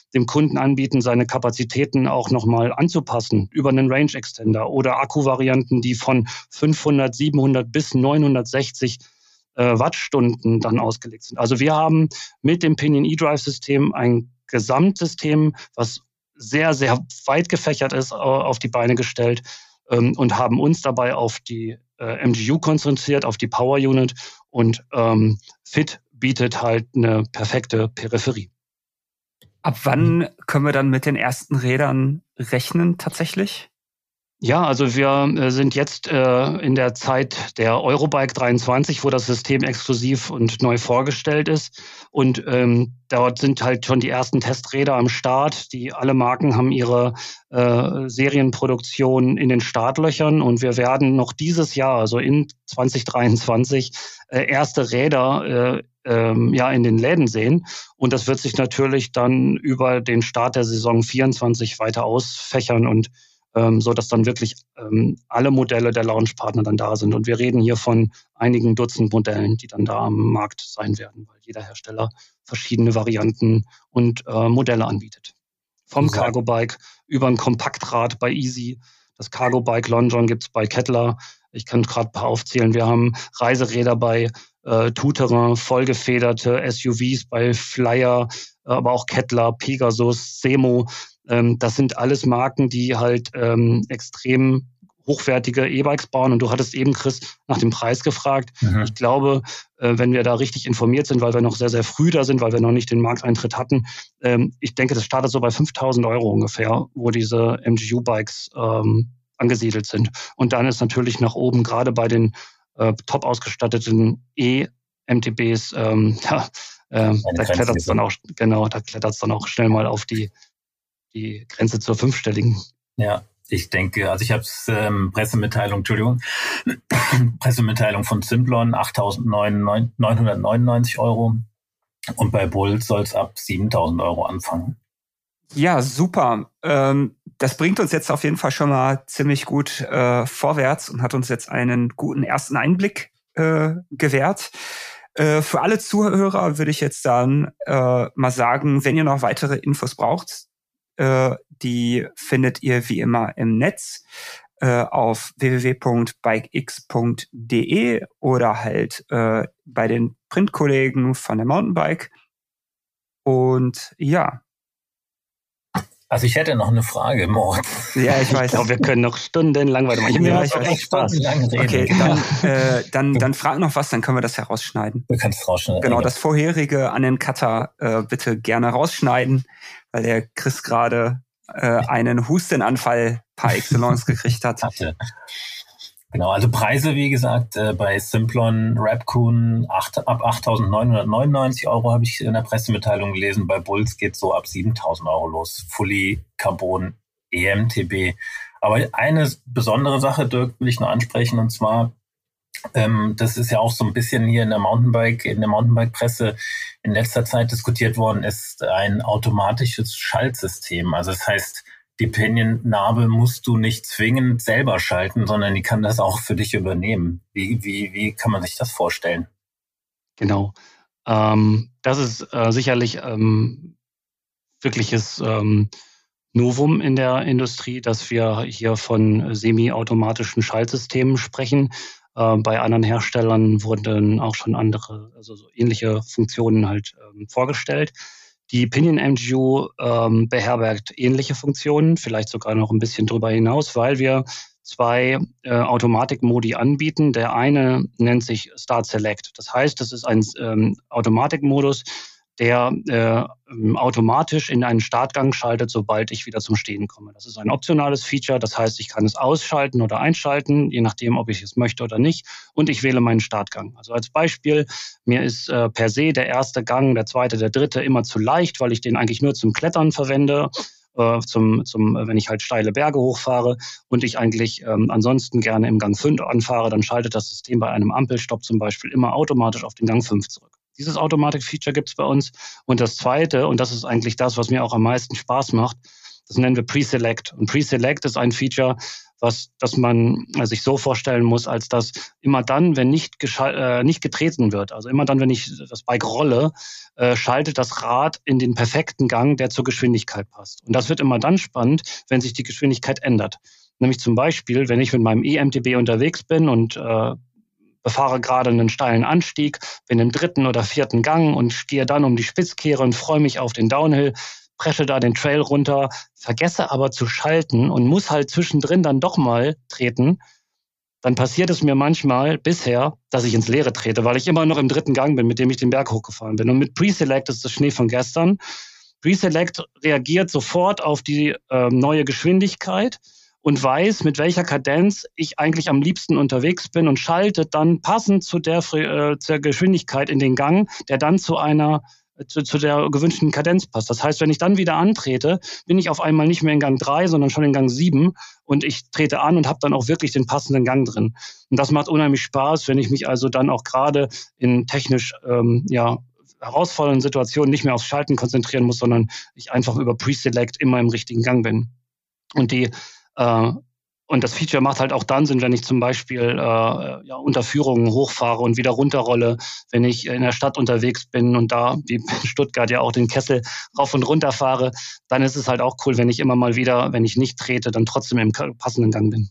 dem Kunden anbieten, seine Kapazitäten auch nochmal anzupassen über einen Range Extender oder Akkuvarianten, die von 500, 700 bis 960 Wattstunden dann ausgelegt sind. Also wir haben mit dem Pinion eDrive-System ein Gesamtsystem, was sehr, sehr weit gefächert ist, auf die Beine gestellt und haben uns dabei auf die MGU konzentriert, auf die Power Unit, und Fit bietet halt eine perfekte Peripherie. Ab wann können wir dann mit den ersten Rädern rechnen tatsächlich? Ja, also wir sind jetzt in der Zeit der Eurobike 23, wo das System exklusiv und neu vorgestellt ist. Und dort sind halt schon die ersten Testräder am Start. Alle Marken haben ihre Serienproduktion in den Startlöchern. Und wir werden noch dieses Jahr, also in 2023, erste Räder in den Läden sehen. Und das wird sich natürlich dann über den Start der Saison 24 weiter ausfächern und so dass dann wirklich alle Modelle der Launchpartner dann da sind. Und wir reden hier von einigen Dutzend Modellen, die dann da am Markt sein werden, weil jeder Hersteller verschiedene Varianten und Modelle anbietet. Vom Cargo Bike über ein Kompaktrad bei Easy, das Cargo Bike Long John gibt's bei Kettler. Ich kann gerade ein paar aufzählen. Wir haben Reiseräder bei Tout-Terrain, vollgefederte SUVs bei Flyer, aber auch Kettler, Pegasus, Semo. Das sind alles Marken, die halt extrem hochwertige E-Bikes bauen. Und du hattest eben, Chris, nach dem Preis gefragt. Mhm. Ich glaube, wenn wir da richtig informiert sind, weil wir noch sehr, sehr früh da sind, weil wir noch nicht den Markteintritt hatten, ich denke, das startet so bei 5.000 € ungefähr, wo diese MGU-Bikes angesiedelt sind. Und dann ist natürlich nach oben, gerade bei den top ausgestatteten E-MTBs, da klettert es dann auch schnell mal auf die Grenze zur fünfstelligen. Ja, ich denke, also ich habe Pressemitteilung von Simplon, 8.999 € und bei Bulls soll es ab 7.000 € anfangen. Ja, super. Das bringt uns jetzt auf jeden Fall schon mal ziemlich gut vorwärts und hat uns jetzt einen guten ersten Einblick gewährt. Für alle Zuhörer würde ich jetzt dann mal sagen, wenn ihr noch weitere Infos braucht, die findet ihr wie immer im Netz auf www.bikex.de oder halt bei den Printkollegen von der Mountainbike. Und ja. Also ich hätte noch eine Frage, Moritz. Ja, ich weiß. Aber wir können noch stundenlang weitermachen. Ja, ich weiß. Stundenlang reden. Okay, dann frag noch was, dann können wir das ja rausschneiden. Du kannst rausschneiden. Genau, das vorherige an den Cutter bitte gerne rausschneiden, weil der Chris gerade einen Hustenanfall par excellence gekriegt hat. Genau, also Preise, wie gesagt, bei Simplon, Rapcoon ab 8.999 € habe ich in der Pressemitteilung gelesen. Bei Bulls geht so ab 7.000 € los. Fully Carbon EMTB. Aber eine besondere Sache, Dirk, will ich noch ansprechen, und zwar, das ist ja auch so ein bisschen hier in der Mountainbike-Presse in letzter Zeit diskutiert worden, ist ein automatisches Schaltsystem. Also das heißt, die Pinion-Narbe musst du nicht zwingend selber schalten, sondern die kann das auch für dich übernehmen. Wie kann man sich das vorstellen? Genau. Das ist sicherlich wirkliches Novum in der Industrie, dass wir hier von semi-automatischen Schaltsystemen sprechen. Bei anderen Herstellern wurden auch schon andere, also so ähnliche Funktionen halt vorgestellt. Die Pinion MGU beherbergt ähnliche Funktionen, vielleicht sogar noch ein bisschen drüber hinaus, weil wir zwei Automatikmodi anbieten. Der eine nennt sich Start Select. Das heißt, das ist ein Automatikmodus, der automatisch in einen Startgang schaltet, sobald ich wieder zum Stehen komme. Das ist ein optionales Feature, das heißt, ich kann es ausschalten oder einschalten, je nachdem, ob ich es möchte oder nicht, und ich wähle meinen Startgang. Also als Beispiel, mir ist per se der erste Gang, der zweite, der dritte immer zu leicht, weil ich den eigentlich nur zum Klettern verwende, wenn ich halt steile Berge hochfahre und ich eigentlich ansonsten gerne im Gang 5 anfahre, dann schaltet das System bei einem Ampelstopp zum Beispiel immer automatisch auf den Gang 5 zurück. Dieses Automatik-Feature gibt es bei uns. Und das zweite, und das ist eigentlich das, was mir auch am meisten Spaß macht, das nennen wir Pre-Select. Und Pre-Select ist ein Feature, dass man sich so vorstellen muss, als dass immer dann, wenn nicht getreten wird, also immer dann, wenn ich das Bike rolle, schaltet das Rad in den perfekten Gang, der zur Geschwindigkeit passt. Und das wird immer dann spannend, wenn sich die Geschwindigkeit ändert. Nämlich zum Beispiel, wenn ich mit meinem eMTB unterwegs bin und befahre gerade einen steilen Anstieg, bin im 3. oder 4. Gang und gehe dann um die Spitzkehre und freue mich auf den Downhill, presche da den Trail runter, vergesse aber zu schalten und muss halt zwischendrin dann doch mal treten, dann passiert es mir manchmal bisher, dass ich ins Leere trete, weil ich immer noch im 3. Gang bin, mit dem ich den Berg hochgefahren bin. Und mit Pre-Select ist das Schnee von gestern. Pre-Select reagiert sofort auf die neue Geschwindigkeit und weiß, mit welcher Kadenz ich eigentlich am liebsten unterwegs bin und schaltet dann passend zu der Geschwindigkeit in den Gang, der dann zu der gewünschten Kadenz passt. Das heißt, wenn ich dann wieder antrete, bin ich auf einmal nicht mehr in Gang 3, sondern schon in Gang 7 und ich trete an und habe dann auch wirklich den passenden Gang drin. Und das macht unheimlich Spaß, wenn ich mich also dann auch gerade in technisch herausfordernden Situationen nicht mehr aufs Schalten konzentrieren muss, sondern ich einfach über Pre-Select immer im richtigen Gang bin. Und das Feature macht halt auch dann Sinn, wenn ich zum Beispiel Unterführungen hochfahre und wieder runterrolle, wenn ich in der Stadt unterwegs bin und da, wie in Stuttgart, ja auch den Kessel rauf und runter fahre, dann ist es halt auch cool, wenn ich immer mal wieder, wenn ich nicht trete, dann trotzdem im passenden Gang bin.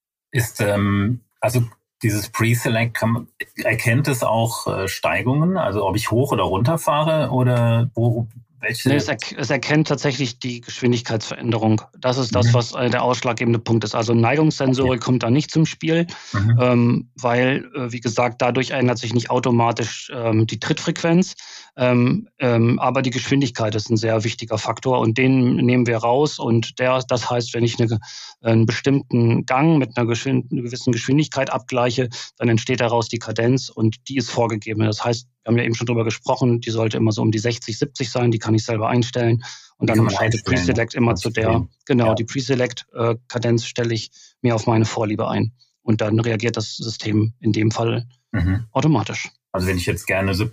Also dieses Pre-Select, erkennt es auch Steigungen, also ob ich hoch oder runter fahre oder welche? Nee, es erkennt tatsächlich die Geschwindigkeitsveränderung. Das ist das, was der ausschlaggebende Punkt ist. Also Neigungssensorik kommt da nicht zum Spiel, weil, wie gesagt, dadurch ändert sich nicht automatisch die Trittfrequenz, aber die Geschwindigkeit ist ein sehr wichtiger Faktor und den nehmen wir raus und das heißt, wenn ich einen bestimmten Gang mit einer gewissen Geschwindigkeit abgleiche, dann entsteht daraus die Kadenz und die ist vorgegeben. Das heißt, wir haben ja eben schon drüber gesprochen, die sollte immer so um die 60, 70 sein, die kann ich selber einstellen. Und dann schaltet Pre-Select immer zu der, die Pre-Select-Kadenz stelle ich mir auf meine Vorliebe ein. Und dann reagiert das System in dem Fall automatisch. Also wenn ich jetzt gerne eine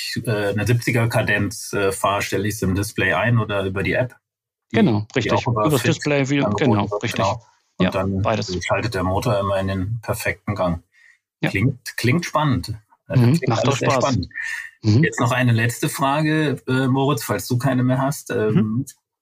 70er-Kadenz fahre, stelle ich es im Display ein oder über die App? Genau, richtig. Über das Display, genau, richtig. Genau. Und dann beides. Schaltet der Motor immer in den perfekten Gang. Ja. Klingt spannend. Macht doch Spaß. Spannend. Jetzt noch eine letzte Frage, Moritz, falls du keine mehr hast. Wir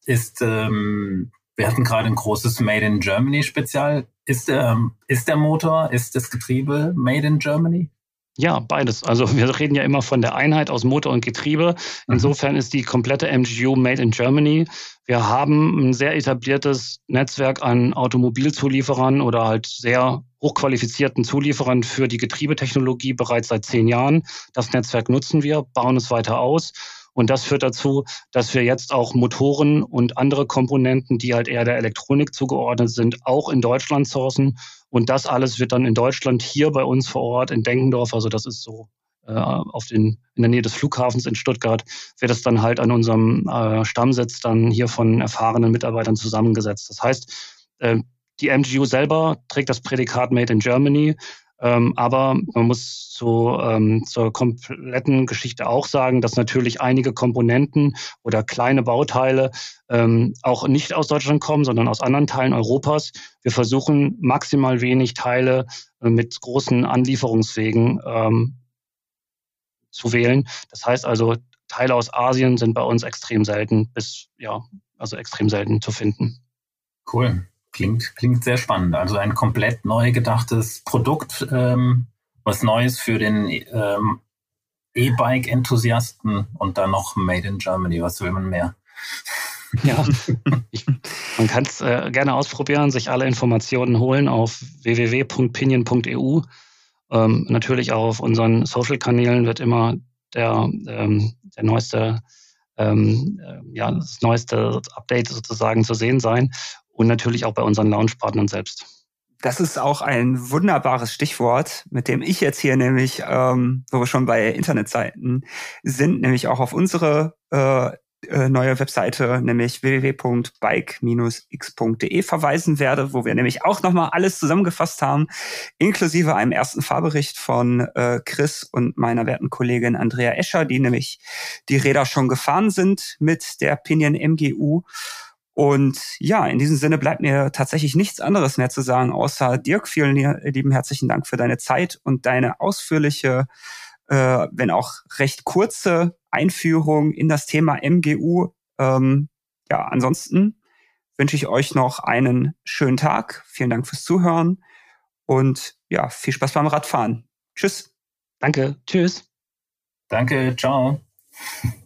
hatten gerade ein großes Made in Germany Spezial. Ist der Motor, ist das Getriebe Made in Germany? Ja, beides. Also wir reden ja immer von der Einheit aus Motor und Getriebe. Insofern ist die komplette MGU Made in Germany. Wir haben ein sehr etabliertes Netzwerk an Automobilzulieferern oder halt sehr hochqualifizierten Zulieferern für die Getriebetechnologie bereits seit 10 Jahren. Das Netzwerk nutzen wir, bauen es weiter aus. Und das führt dazu, dass wir jetzt auch Motoren und andere Komponenten, die halt eher der Elektronik zugeordnet sind, auch in Deutschland sourcen. Und das alles wird dann in Deutschland hier bei uns vor Ort in Denkendorf, also das ist so in der Nähe des Flughafens in Stuttgart, wird es dann halt an unserem Stammsitz dann hier von erfahrenen Mitarbeitern zusammengesetzt. Das heißt, die MGU selber trägt das Prädikat Made in Germany, aber man muss zur kompletten Geschichte auch sagen, dass natürlich einige Komponenten oder kleine Bauteile auch nicht aus Deutschland kommen, sondern aus anderen Teilen Europas. Wir versuchen maximal wenig Teile mit großen Anlieferungswegen zu wählen. Das heißt also, Teile aus Asien sind bei uns extrem selten extrem selten zu finden. Cool. Klingt sehr spannend. Also ein komplett neu gedachtes Produkt, was Neues für den E-Bike-Enthusiasten und dann noch Made in Germany. Was will man mehr? Ja, man kann es gerne ausprobieren, sich alle Informationen holen auf www.pinion.eu. Natürlich auch auf unseren Social-Kanälen wird immer das neueste Update sozusagen zu sehen sein. Und natürlich auch bei unseren Launchpartnern selbst. Das ist auch ein wunderbares Stichwort, mit dem ich jetzt hier nämlich, wo wir schon bei Internetseiten sind, nämlich auch auf unsere neue Webseite, nämlich www.bike-x.de verweisen werde, wo wir nämlich auch nochmal alles zusammengefasst haben, inklusive einem ersten Fahrbericht von Chris und meiner werten Kollegin Andrea Escher, die nämlich die Räder schon gefahren sind mit der Pinion MGU. Und ja, in diesem Sinne bleibt mir tatsächlich nichts anderes mehr zu sagen, außer Dirk, vielen lieben herzlichen Dank für deine Zeit und deine ausführliche, wenn auch recht kurze Einführung in das Thema MGU. Ansonsten wünsche ich euch noch einen schönen Tag. Vielen Dank fürs Zuhören und ja, viel Spaß beim Radfahren. Tschüss. Danke. Tschüss. Danke. Ciao.